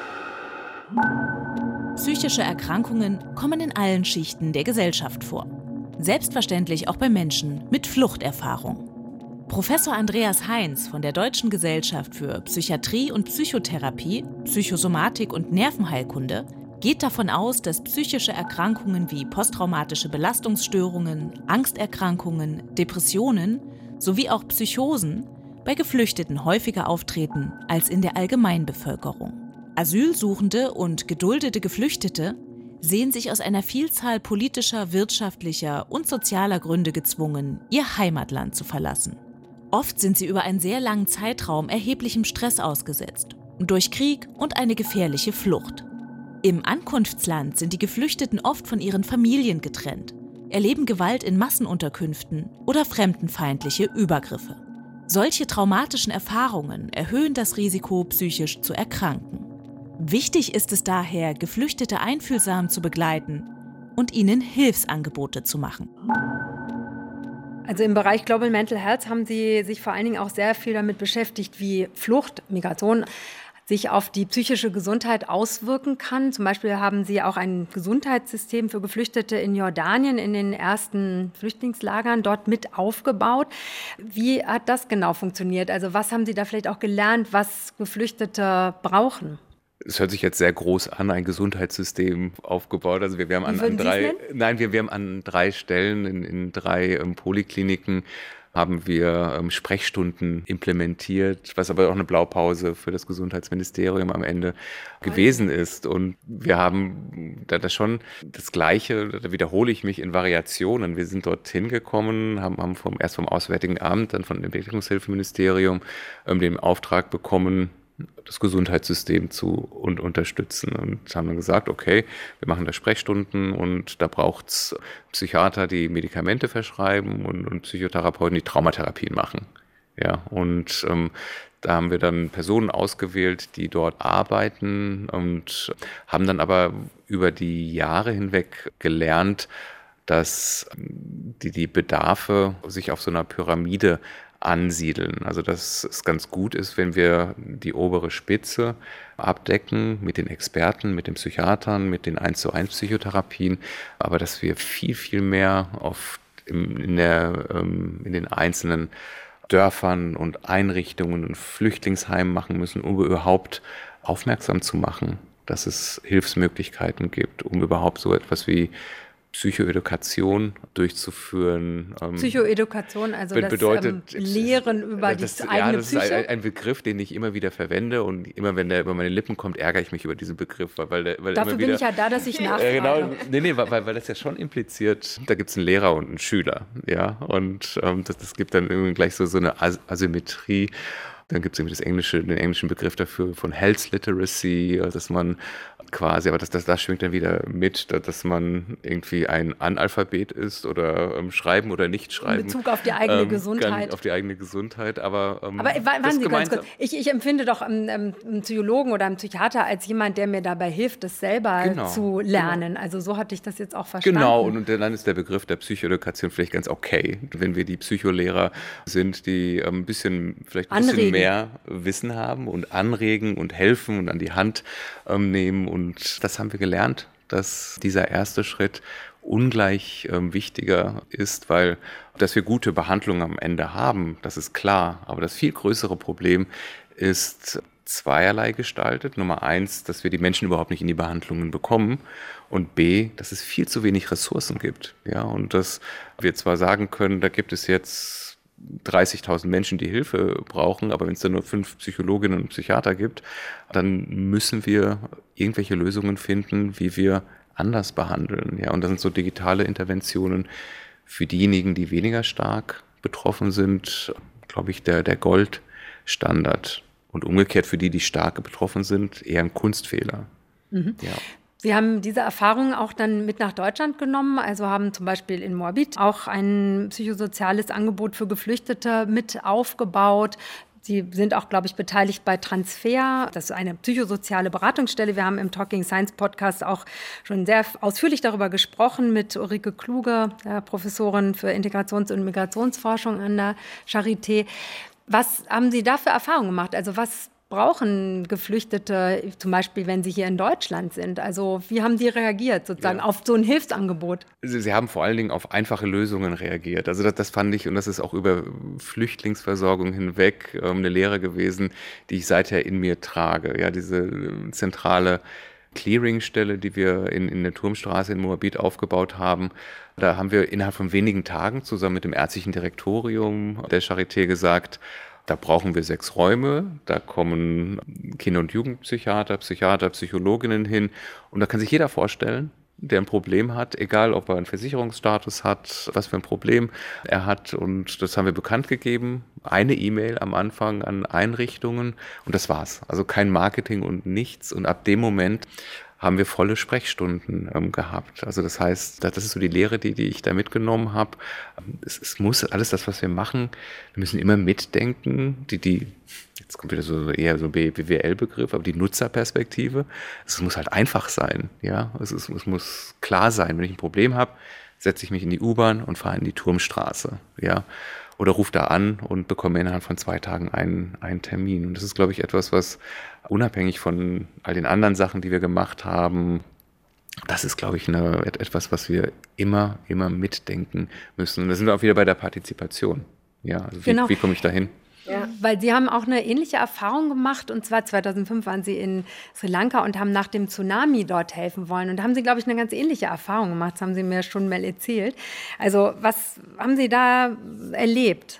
Psychische Erkrankungen kommen in allen Schichten der Gesellschaft vor. Selbstverständlich auch bei Menschen mit Fluchterfahrung. Professor Andreas Heinz von der Deutschen Gesellschaft für Psychiatrie und Psychotherapie, Psychosomatik und Nervenheilkunde geht davon aus, dass psychische Erkrankungen wie posttraumatische Belastungsstörungen, Angsterkrankungen, Depressionen sowie auch Psychosen bei Geflüchteten häufiger auftreten als in der Allgemeinbevölkerung. Asylsuchende und geduldete Geflüchtete sehen sich aus einer Vielzahl politischer, wirtschaftlicher und sozialer Gründe gezwungen, ihr Heimatland zu verlassen. Oft sind sie über einen sehr langen Zeitraum erheblichem Stress ausgesetzt, durch Krieg und eine gefährliche Flucht. Im Ankunftsland sind die Geflüchteten oft von ihren Familien getrennt, erleben Gewalt in Massenunterkünften oder fremdenfeindliche Übergriffe. Solche traumatischen Erfahrungen erhöhen das Risiko, psychisch zu erkranken. Wichtig ist es daher, Geflüchtete einfühlsam zu begleiten und ihnen Hilfsangebote zu machen. Also im Bereich Global Mental Health haben Sie sich vor allen Dingen auch sehr viel damit beschäftigt, wie Flucht, Migration sich auf die psychische Gesundheit auswirken kann. Zum Beispiel haben Sie auch ein Gesundheitssystem für Geflüchtete in Jordanien in den ersten Flüchtlingslagern dort mit aufgebaut. Wie hat das genau funktioniert? Also was haben Sie da vielleicht auch gelernt, was Geflüchtete brauchen? Es hört sich jetzt sehr groß an, ein Gesundheitssystem aufgebaut. Also wir, wir haben an, an drei, nein, wir, wir haben an drei Stellen in, in drei ähm, Polikliniken haben wir ähm, Sprechstunden implementiert, was aber auch eine Blaupause für das Gesundheitsministerium am Ende gewesen ist. Und wir haben da, da schon das Gleiche, da wiederhole ich mich in Variationen. Wir sind dorthin gekommen, haben, haben vom, erst vom Auswärtigen Amt, dann vom Entwicklungshilfeministerium ähm, den Auftrag bekommen, das Gesundheitssystem zu und unterstützen, und haben dann gesagt, okay, wir machen da Sprechstunden und da braucht es Psychiater, die Medikamente verschreiben, und, und Psychotherapeuten, die Traumatherapien machen. Ja, und ähm, da haben wir dann Personen ausgewählt, die dort arbeiten, und haben dann aber über die Jahre hinweg gelernt, dass die, die Bedarfe sich auf so einer Pyramide ansiedeln. Also dass es ganz gut ist, wenn wir die obere Spitze abdecken mit den Experten, mit den Psychiatern, mit den eins zu eins Psychotherapien, aber dass wir viel, viel mehr auf, in, in, der, in den einzelnen Dörfern und Einrichtungen und Flüchtlingsheimen machen müssen, um überhaupt aufmerksam zu machen, dass es Hilfsmöglichkeiten gibt, um überhaupt so etwas wie Psychoedukation durchzuführen. Psychoedukation, also das bedeutet, ähm, Lehren über das, die eigene ja, das Psyche? ist ein, ein Begriff, den ich immer wieder verwende, und immer wenn der über meine Lippen kommt, ärgere ich mich über diesen Begriff. Weil der, weil Dafür immer bin wieder, ich ja da, dass ich nachfrage. Äh, genau, nee, nee, weil, weil das ja schon impliziert, da gibt es einen Lehrer und einen Schüler. Ja, und ähm, das, das gibt dann irgendwie gleich so, so eine As- Asymmetrie. Dann gibt es irgendwie das englische, den englischen Begriff dafür von Health Literacy, dass man quasi, aber das, das, das schwingt dann wieder mit, dass man irgendwie ein Analphabet ist oder ähm, schreiben oder nicht schreiben. In Bezug auf die eigene ähm, Gesundheit. Auf die eigene Gesundheit, aber ähm, Aber warten Sie ganz kurz, ich, ich empfinde doch einen, einen Psychologen oder einen Psychiater als jemand, der mir dabei hilft, das selber genau, zu lernen. Genau. Also so hatte ich das jetzt auch verstanden. Genau, und, und dann ist der Begriff der Psychoedukation vielleicht ganz okay, wenn wir die Psycholehrer sind, die ähm, ein bisschen, vielleicht ein bisschen mehr Wissen haben und anregen und helfen und an die Hand ähm, nehmen. Und das haben wir gelernt dass dieser erste Schritt ungleich äh, wichtiger ist, weil dass wir gute Behandlung am Ende haben, das ist klar. Aber das viel größere Problem ist zweierlei gestaltet. Nummer eins, dass wir die Menschen überhaupt nicht in die Behandlungen bekommen. Und B, dass es viel zu wenig Ressourcen gibt. Ja, und dass wir zwar sagen können, da gibt es jetzt dreißigtausend Menschen, die Hilfe brauchen, aber wenn es da nur fünf Psychologinnen und Psychiater gibt, dann müssen wir irgendwelche Lösungen finden, wie wir anders behandeln. Ja, und das sind so digitale Interventionen für diejenigen, die weniger stark betroffen sind, glaube ich, der, der Goldstandard. Und umgekehrt für die, die stark betroffen sind, eher ein Kunstfehler. Mhm. Ja. Sie haben diese Erfahrungen auch dann mit nach Deutschland genommen, also haben zum Beispiel in Moabit auch ein psychosoziales Angebot für Geflüchtete mit aufgebaut. Sie sind auch, glaube ich, beteiligt bei Transfer. Das ist eine psychosoziale Beratungsstelle. Wir haben im Talking Science Podcast auch schon sehr ausführlich darüber gesprochen mit Ulrike Kluge, der Professorin für Integrations- und Migrationsforschung an der Charité. Was haben Sie da für Erfahrungen gemacht? Also was brauchen Geflüchtete, zum Beispiel, wenn sie hier in Deutschland sind? Also wie haben die reagiert sozusagen ja. auf so ein Hilfsangebot? Sie, sie haben vor allen Dingen auf einfache Lösungen reagiert. Also das, das fand ich, und das ist auch über Flüchtlingsversorgung hinweg ähm, eine Lehre gewesen, die ich seither in mir trage. Ja, diese zentrale Clearingstelle, die wir in, in der Turmstraße in Moabit aufgebaut haben. Da haben wir innerhalb von wenigen Tagen zusammen mit dem ärztlichen Direktorium der Charité gesagt, da brauchen wir sechs Räume, da kommen Kinder- und Jugendpsychiater, Psychiater, Psychologinnen hin und da kann sich jeder vorstellen, der ein Problem hat, egal ob er einen Versicherungsstatus hat, was für ein Problem er hat, und das haben wir bekannt gegeben. Eine E-Mail am Anfang an Einrichtungen und das war's. Also kein Marketing und nichts, und ab dem Moment haben wir volle Sprechstunden ähm, gehabt. Also das heißt, das ist so die Lehre, die, die ich da mitgenommen habe. Es, es muss alles das, was wir machen, wir müssen immer mitdenken, die, die, jetzt kommt wieder so eher so ein B W L-Begriff, aber die Nutzerperspektive. Es muss halt einfach sein, ja. Es, ist, es muss klar sein, wenn ich ein Problem habe, setze ich mich in die U-Bahn und fahre in die Turmstraße, ja. Oder rufe da an und bekomme innerhalb von zwei Tagen einen, einen Termin. Und das ist, glaube ich, etwas, was unabhängig von all den anderen Sachen, die wir gemacht haben, das ist, glaube ich, eine, etwas, was wir immer, immer mitdenken müssen. Und da sind wir auch wieder bei der Partizipation. Ja, also wie, genau. wie komme ich da hin? Ja. Weil Sie haben auch eine ähnliche Erfahrung gemacht, und zwar zweitausendfünf waren Sie in Sri Lanka und haben nach dem Tsunami dort helfen wollen. Und da haben Sie, glaube ich, eine ganz ähnliche Erfahrung gemacht, das haben Sie mir schon mal erzählt. Also was haben Sie da erlebt?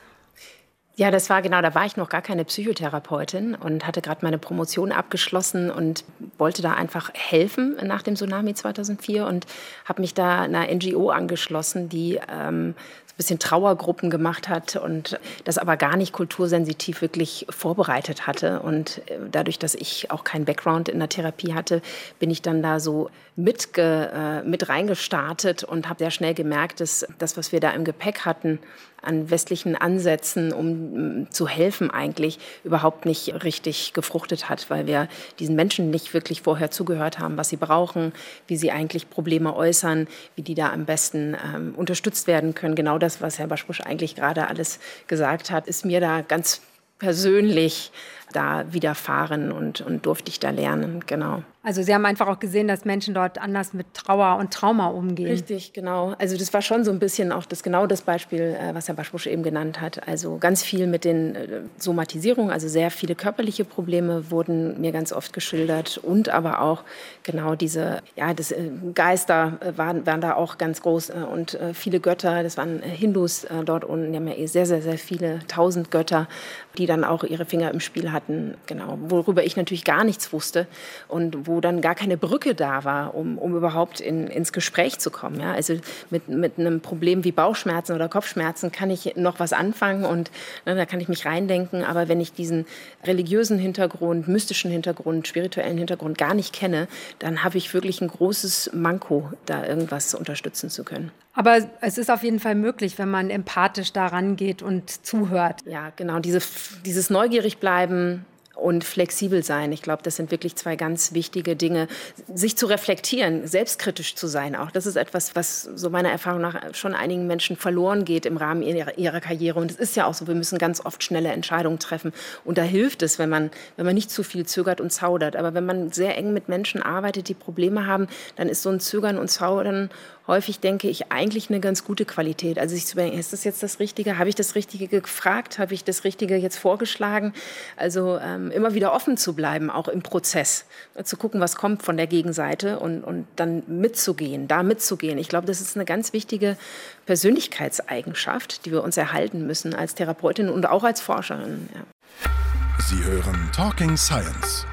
Ja, das war genau, da war ich noch gar keine Psychotherapeutin und hatte gerade meine Promotion abgeschlossen und wollte da einfach helfen nach dem Tsunami zweitausendvier und habe mich da einer N G O angeschlossen, die ähm, ein bisschen Trauergruppen gemacht hat und das aber gar nicht kultursensitiv wirklich vorbereitet hatte. Und dadurch, dass ich auch keinen Background in der Therapie hatte, bin ich dann da so mitge, äh, mit reingestartet und habe sehr schnell gemerkt, dass das, was wir da im Gepäck hatten, an westlichen Ansätzen, um zu helfen, eigentlich überhaupt nicht richtig gefruchtet hat, weil wir diesen Menschen nicht wirklich vorher zugehört haben, was sie brauchen, wie sie eigentlich Probleme äußern, wie die da am besten ähm, unterstützt werden können. Genau das, was Herr Baschbusch eigentlich gerade alles gesagt hat, ist mir da ganz persönlich da widerfahren und, und durfte ich da lernen, genau. Also Sie haben einfach auch gesehen, dass Menschen dort anders mit Trauer und Trauma umgehen. Richtig, genau. Also das war schon so ein bisschen auch das genau das Beispiel, was Herr Baschbusch eben genannt hat. Also ganz viel mit den Somatisierungen, also sehr viele körperliche Probleme wurden mir ganz oft geschildert und aber auch genau diese, ja, das Geister waren, waren da auch ganz groß und viele Götter, das waren Hindus dort unten, die haben ja eh sehr, sehr, sehr viele, tausend Götter, die dann auch ihre Finger im Spiel hatten, genau, worüber ich natürlich gar nichts wusste und wo dann gar keine Brücke da war, um, um überhaupt in, ins Gespräch zu kommen. Ja? Also mit, mit einem Problem wie Bauchschmerzen oder Kopfschmerzen kann ich noch was anfangen und ne, da kann ich mich reindenken, aber wenn ich diesen religiösen Hintergrund, mystischen Hintergrund, spirituellen Hintergrund gar nicht kenne, dann habe ich wirklich ein großes Manko, da irgendwas unterstützen zu können. Aber es ist auf jeden Fall möglich, wenn man empathisch da rangeht und zuhört. Ja, genau, diese, dieses neugierig bleiben und flexibel sein. Ich glaube, das sind wirklich zwei ganz wichtige Dinge. Sich zu reflektieren, selbstkritisch zu sein auch. Das ist etwas, was so meiner Erfahrung nach schon einigen Menschen verloren geht im Rahmen ihrer, ihrer Karriere. Und es ist ja auch so, wir müssen ganz oft schnelle Entscheidungen treffen. Und da hilft es, wenn man, wenn man nicht zu viel zögert und zaudert. Aber wenn man sehr eng mit Menschen arbeitet, die Probleme haben, dann ist so ein Zögern und Zaudern häufig, denke ich, eigentlich eine ganz gute Qualität. Also sich zu überlegen, ist das jetzt das Richtige? Habe ich das Richtige gefragt? Habe ich das Richtige jetzt vorgeschlagen? Also ähm, immer wieder offen zu bleiben, auch im Prozess. Zu gucken, was kommt von der Gegenseite und, und dann mitzugehen, da mitzugehen. Ich glaube, das ist eine ganz wichtige Persönlichkeitseigenschaft, die wir uns erhalten müssen als Therapeutin und auch als Forscherin. Ja. Sie hören Talking Science,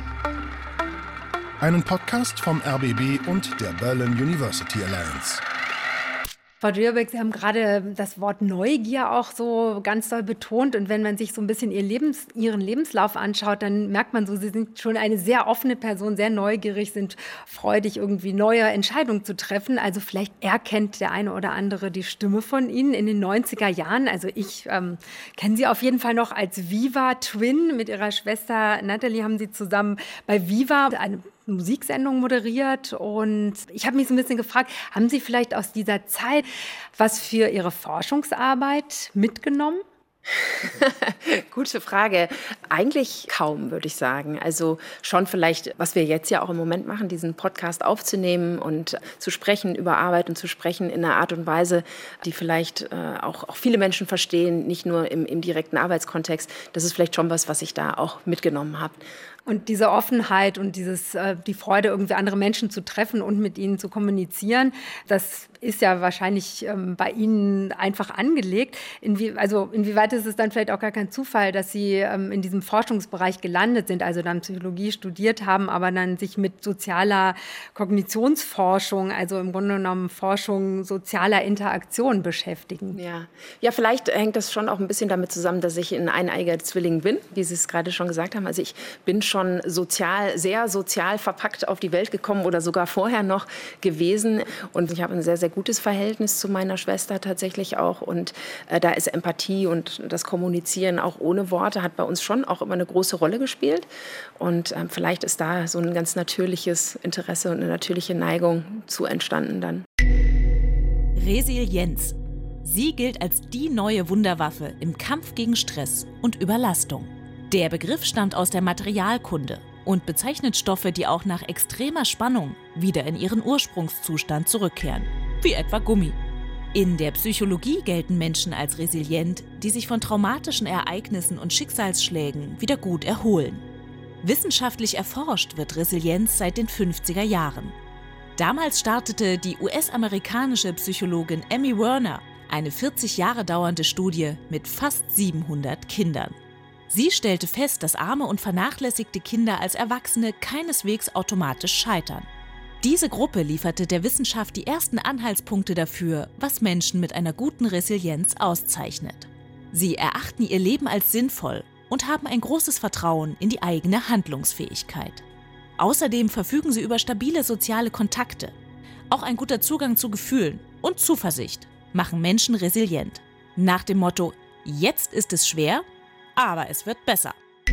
einen Podcast vom R B B und der Berlin University Alliance. Frau Dürbeck, Sie haben gerade das Wort Neugier auch so ganz doll betont. Und wenn man sich so ein bisschen ihr Lebens, Ihren Lebenslauf anschaut, dann merkt man so, Sie sind schon eine sehr offene Person, sehr neugierig, sind freudig, irgendwie neue Entscheidungen zu treffen. Also vielleicht erkennt der eine oder andere die Stimme von Ihnen in den neunziger Jahren. Also ich ähm, kenne Sie auf jeden Fall noch als Viva Twin. Mit Ihrer Schwester Natalie haben Sie zusammen bei Viva eine Musiksendung moderiert. Und ich habe mich so ein bisschen gefragt, haben Sie vielleicht aus dieser Zeit was für Ihre Forschungsarbeit mitgenommen? Gute Frage. Eigentlich kaum, würde ich sagen. Also schon vielleicht, was wir jetzt ja auch im Moment machen, diesen Podcast aufzunehmen und zu sprechen über Arbeit und zu sprechen in einer Art und Weise, die vielleicht äh, auch, auch viele Menschen verstehen, nicht nur im, im direkten Arbeitskontext. Das ist vielleicht schon was, was ich da auch mitgenommen habe. Und diese Offenheit und dieses, äh, die Freude, irgendwie andere Menschen zu treffen und mit ihnen zu kommunizieren, das ist ja wahrscheinlich ähm, bei Ihnen einfach angelegt. Inwie- also inwieweit ist es dann vielleicht auch gar kein Zufall, dass Sie ähm, in diesem Forschungsbereich gelandet sind, also dann Psychologie studiert haben, aber dann sich mit sozialer Kognitionsforschung, also im Grunde genommen Forschung sozialer Interaktion beschäftigen? Ja. ja, vielleicht hängt das schon auch ein bisschen damit zusammen, dass ich ein eineiiger Zwilling bin, wie Sie es gerade schon gesagt haben. Also ich bin schon sozial, sehr sozial verpackt auf die Welt gekommen oder sogar vorher noch gewesen. Und ich habe ein sehr, sehr gutes Verhältnis zu meiner Schwester tatsächlich auch. Und äh, da ist Empathie und das Kommunizieren auch ohne Worte hat bei uns schon auch immer eine große Rolle gespielt. Und äh, vielleicht ist da so ein ganz natürliches Interesse und eine natürliche Neigung zu entstanden dann. Resilienz. Sie gilt als die neue Wunderwaffe im Kampf gegen Stress und Überlastung. Der Begriff stammt aus der Materialkunde und bezeichnet Stoffe, die auch nach extremer Spannung wieder in ihren Ursprungszustand zurückkehren, wie etwa Gummi. In der Psychologie gelten Menschen als resilient, die sich von traumatischen Ereignissen und Schicksalsschlägen wieder gut erholen. Wissenschaftlich erforscht wird Resilienz seit den fünfziger Jahren. Damals startete die U S-amerikanische Psychologin Amy Werner eine vierzig Jahre dauernde Studie mit fast siebenhundert Kindern. Sie stellte fest, dass arme und vernachlässigte Kinder als Erwachsene keineswegs automatisch scheitern. Diese Gruppe lieferte der Wissenschaft die ersten Anhaltspunkte dafür, was Menschen mit einer guten Resilienz auszeichnet. Sie erachten ihr Leben als sinnvoll und haben ein großes Vertrauen in die eigene Handlungsfähigkeit. Außerdem verfügen sie über stabile soziale Kontakte. Auch ein guter Zugang zu Gefühlen und Zuversicht machen Menschen resilient. Nach dem Motto: Jetzt ist es schwer, aber es wird besser.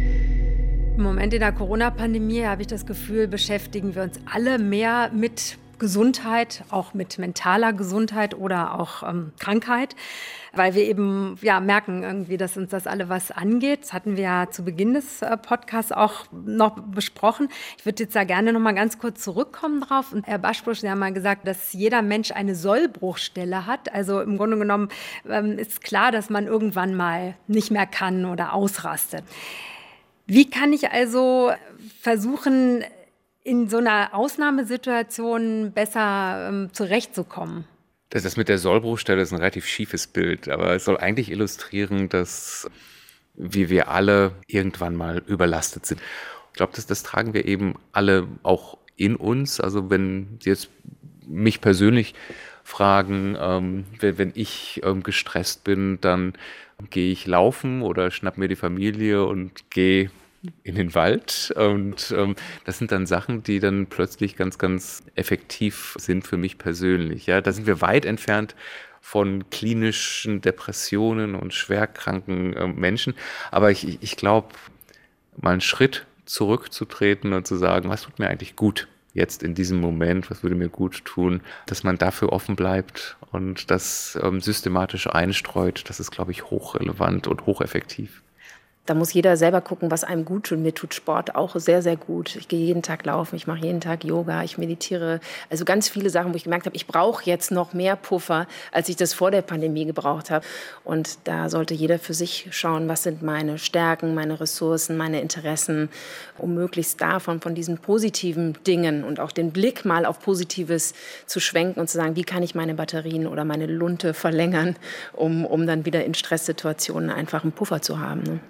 Im Moment in der Corona-Pandemie habe ich das Gefühl, beschäftigen wir uns alle mehr mit Gesundheit, auch mit mentaler Gesundheit oder auch ähm, Krankheit, weil wir eben ja, merken irgendwie, dass uns das alle was angeht. Das hatten wir ja zu Beginn des äh, Podcasts auch noch besprochen. Ich würde jetzt da gerne noch mal ganz kurz zurückkommen drauf. Und Herr Baschbusch, Sie haben mal gesagt, dass jeder Mensch eine Sollbruchstelle hat. Also im Grunde genommen ähm, ist klar, dass man irgendwann mal nicht mehr kann oder ausrastet. Wie kann ich also versuchen, in so einer Ausnahmesituation besser ähm, zurechtzukommen? Das, das mit der Sollbruchstelle ist ein relativ schiefes Bild, aber es soll eigentlich illustrieren, dass wir, wir alle irgendwann mal überlastet sind. Ich glaube, das, das tragen wir eben alle auch in uns. Also wenn Sie jetzt mich persönlich fragen, ähm, wenn, wenn ich ähm, gestresst bin, dann gehe ich laufen oder schnapp mir die Familie und gehe in den Wald. Und ähm, das sind dann Sachen, die dann plötzlich ganz, ganz effektiv sind für mich persönlich. Ja, da sind wir weit entfernt von klinischen Depressionen und schwerkranken äh, Menschen. Aber ich, ich glaube, mal einen Schritt zurückzutreten und zu sagen, was tut mir eigentlich gut jetzt in diesem Moment, was würde mir gut tun, dass man dafür offen bleibt und das ähm, systematisch einstreut, das ist, glaube ich, hochrelevant und hocheffektiv. Da muss jeder selber gucken, was einem gut tut. Mir tut Sport auch sehr, sehr gut. Ich gehe jeden Tag laufen, ich mache jeden Tag Yoga, ich meditiere. Also ganz viele Sachen, wo ich gemerkt habe, ich brauche jetzt noch mehr Puffer, als ich das vor der Pandemie gebraucht habe. Und da sollte jeder für sich schauen, was sind meine Stärken, meine Ressourcen, meine Interessen, um möglichst davon, von diesen positiven Dingen und auch den Blick mal auf Positives zu schwenken und zu sagen, wie kann ich meine Batterien oder meine Lunte verlängern, um, um dann wieder in Stresssituationen einfach einen Puffer zu haben, ne?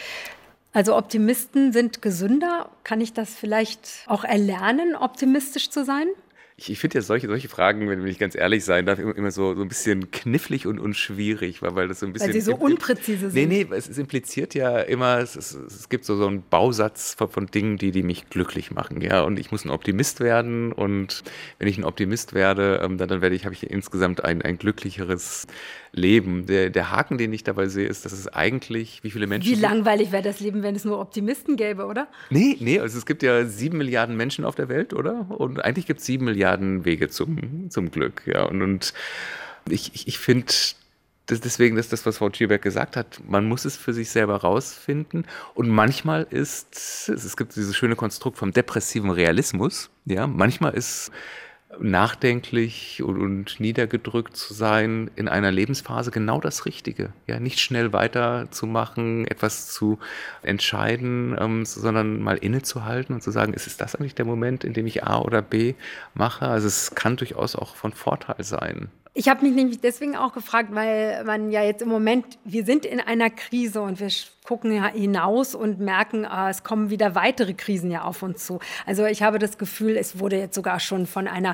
Also Optimisten sind gesünder. Kann ich das vielleicht auch erlernen, optimistisch zu sein? Ich, ich finde ja solche, solche Fragen, wenn ich ganz ehrlich sein darf, immer, immer so, so ein bisschen knifflig und, und schwierig, weil, weil das so ein bisschen... Weil sie so unpräzise sind. Nee, nee, es, es impliziert ja immer, es, es, es gibt so, so einen Bausatz von, von Dingen, die, die mich glücklich machen, ja, und ich muss ein Optimist werden und wenn ich ein Optimist werde, dann, dann werde ich, habe ich insgesamt ein, ein glücklicheres Leben. Der, der Haken, den ich dabei sehe, ist, dass es eigentlich, wie viele Menschen... Wie langweilig wäre das Leben, wenn es nur Optimisten gäbe, oder? Nee, nee, also es gibt ja sieben Milliarden Menschen auf der Welt, oder? Und eigentlich gibt es sieben Milliarden Wege zum, zum Glück, ja. Und, und ich, ich, ich finde, deswegen ist das, was Frau Tschirberg gesagt hat, man muss es für sich selber rausfinden. Und manchmal ist, es gibt dieses schöne Konstrukt vom depressiven Realismus, ja. Manchmal ist nachdenklich und, und niedergedrückt zu sein in einer Lebensphase genau das Richtige. Ja, nicht schnell weiterzumachen, etwas zu entscheiden, ähm, sondern mal innezuhalten und zu sagen, ist es das eigentlich der Moment, in dem ich A oder B mache? Also es kann durchaus auch von Vorteil sein. Ich habe mich nämlich deswegen auch gefragt, weil man ja jetzt im Moment, wir sind in einer Krise und wir gucken hinaus und merken, ah, es kommen wieder weitere Krisen ja auf uns zu. Also ich habe das Gefühl, es wurde jetzt sogar schon von einer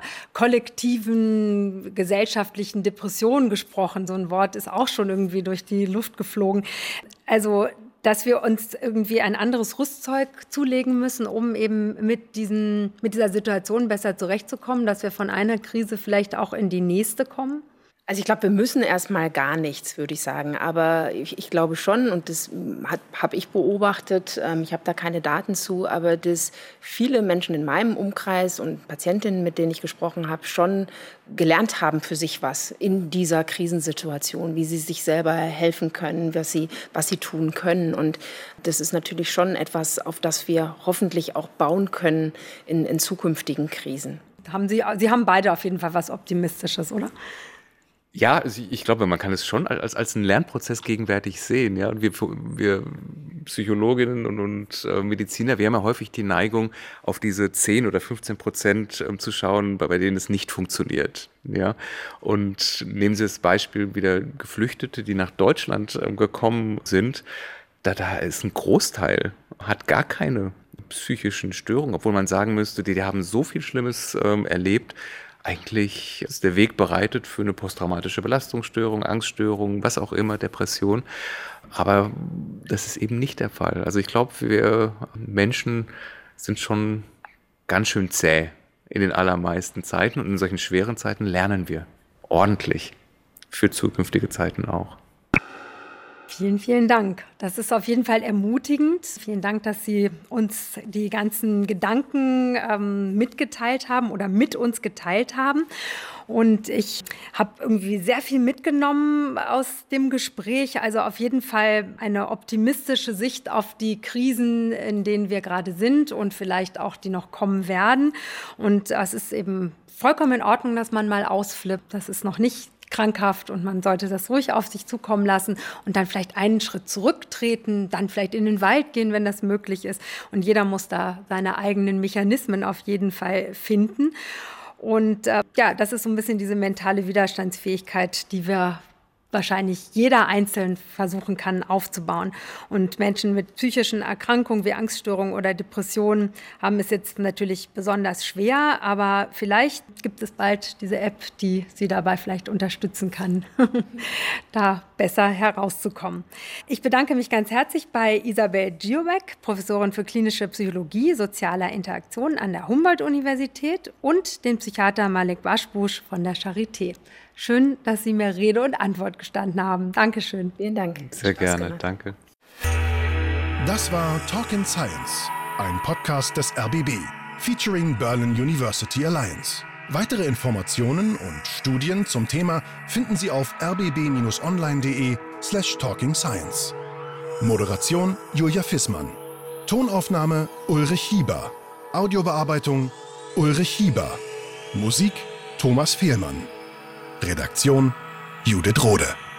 kollektiven gesellschaftlichen Depression gesprochen. So ein Wort ist auch schon irgendwie durch die Luft geflogen. Also dass wir uns irgendwie ein anderes Rüstzeug zulegen müssen, um eben mit, diesen, mit dieser Situation besser zurechtzukommen, dass wir von einer Krise vielleicht auch in die nächste kommen? Also ich glaube, wir müssen erstmal gar nichts, würde ich sagen. Aber ich, ich glaube schon, und das habe ich beobachtet, ähm, ich habe da keine Daten zu, aber dass viele Menschen in meinem Umkreis und Patientinnen, mit denen ich gesprochen habe, schon gelernt haben für sich was in dieser Krisensituation, wie sie sich selber helfen können, was sie, was sie tun können. Und das ist natürlich schon etwas, auf das wir hoffentlich auch bauen können in, in zukünftigen Krisen. Haben Sie, Sie haben beide auf jeden Fall was Optimistisches, oder? Ja, also ich glaube, man kann es schon als, als einen Lernprozess gegenwärtig sehen. Ja? Und wir, wir Psychologinnen und, und äh, Mediziner, wir haben ja häufig die Neigung, auf diese zehn oder fünfzehn Prozent ähm, zu schauen, bei, bei denen es nicht funktioniert. Ja? Und nehmen Sie das Beispiel wieder Geflüchtete, die nach Deutschland ähm, gekommen sind. Da, da ist ein Großteil, hat gar keine psychischen Störungen, obwohl man sagen müsste, die, die haben so viel Schlimmes ähm, erlebt. Eigentlich ist der Weg bereitet für eine posttraumatische Belastungsstörung, Angststörung, was auch immer, Depression. Aber das ist eben nicht der Fall. Also ich glaube, wir Menschen sind schon ganz schön zäh in den allermeisten Zeiten. Und in solchen schweren Zeiten lernen wir ordentlich für zukünftige Zeiten auch. Vielen, vielen Dank. Das ist auf jeden Fall ermutigend. Vielen Dank, dass Sie uns die ganzen Gedanken ähm, mitgeteilt haben oder mit uns geteilt haben. Und ich habe irgendwie sehr viel mitgenommen aus dem Gespräch. Also auf jeden Fall eine optimistische Sicht auf die Krisen, in denen wir gerade sind und vielleicht auch die noch kommen werden. Und es ist eben vollkommen in Ordnung, dass man mal ausflippt. Das ist noch nicht krankhaft und man sollte das ruhig auf sich zukommen lassen und dann vielleicht einen Schritt zurücktreten, dann vielleicht in den Wald gehen, wenn das möglich ist. Und jeder muss da seine eigenen Mechanismen auf jeden Fall finden. Und äh, ja, das ist so ein bisschen diese mentale Widerstandsfähigkeit, die wir wahrscheinlich jeder einzeln versuchen kann aufzubauen. Und Menschen mit psychischen Erkrankungen wie Angststörungen oder Depressionen haben es jetzt natürlich besonders schwer, aber vielleicht gibt es bald diese App, die Sie dabei vielleicht unterstützen kann, da besser herauszukommen. Ich bedanke mich ganz herzlich bei Isabel Giobeck, Professorin für klinische Psychologie, sozialer Interaktion an der Humboldt-Universität und den Psychiater Malik Bashbush von der Charité. Schön, dass Sie mir Rede und Antwort gestanden haben. Dankeschön. Vielen Dank. Sehr gerne, danke. Das war Talk in Science, ein Podcast des R B B, featuring Berlin University Alliance. Weitere Informationen und Studien zum Thema finden Sie auf r b b Bindestrich online punkt de slash talking science. Moderation Julia Fissmann. Tonaufnahme Ulrich Hieber. Audiobearbeitung Ulrich Hieber. Musik Thomas Fehlmann. Redaktion Judith Rode.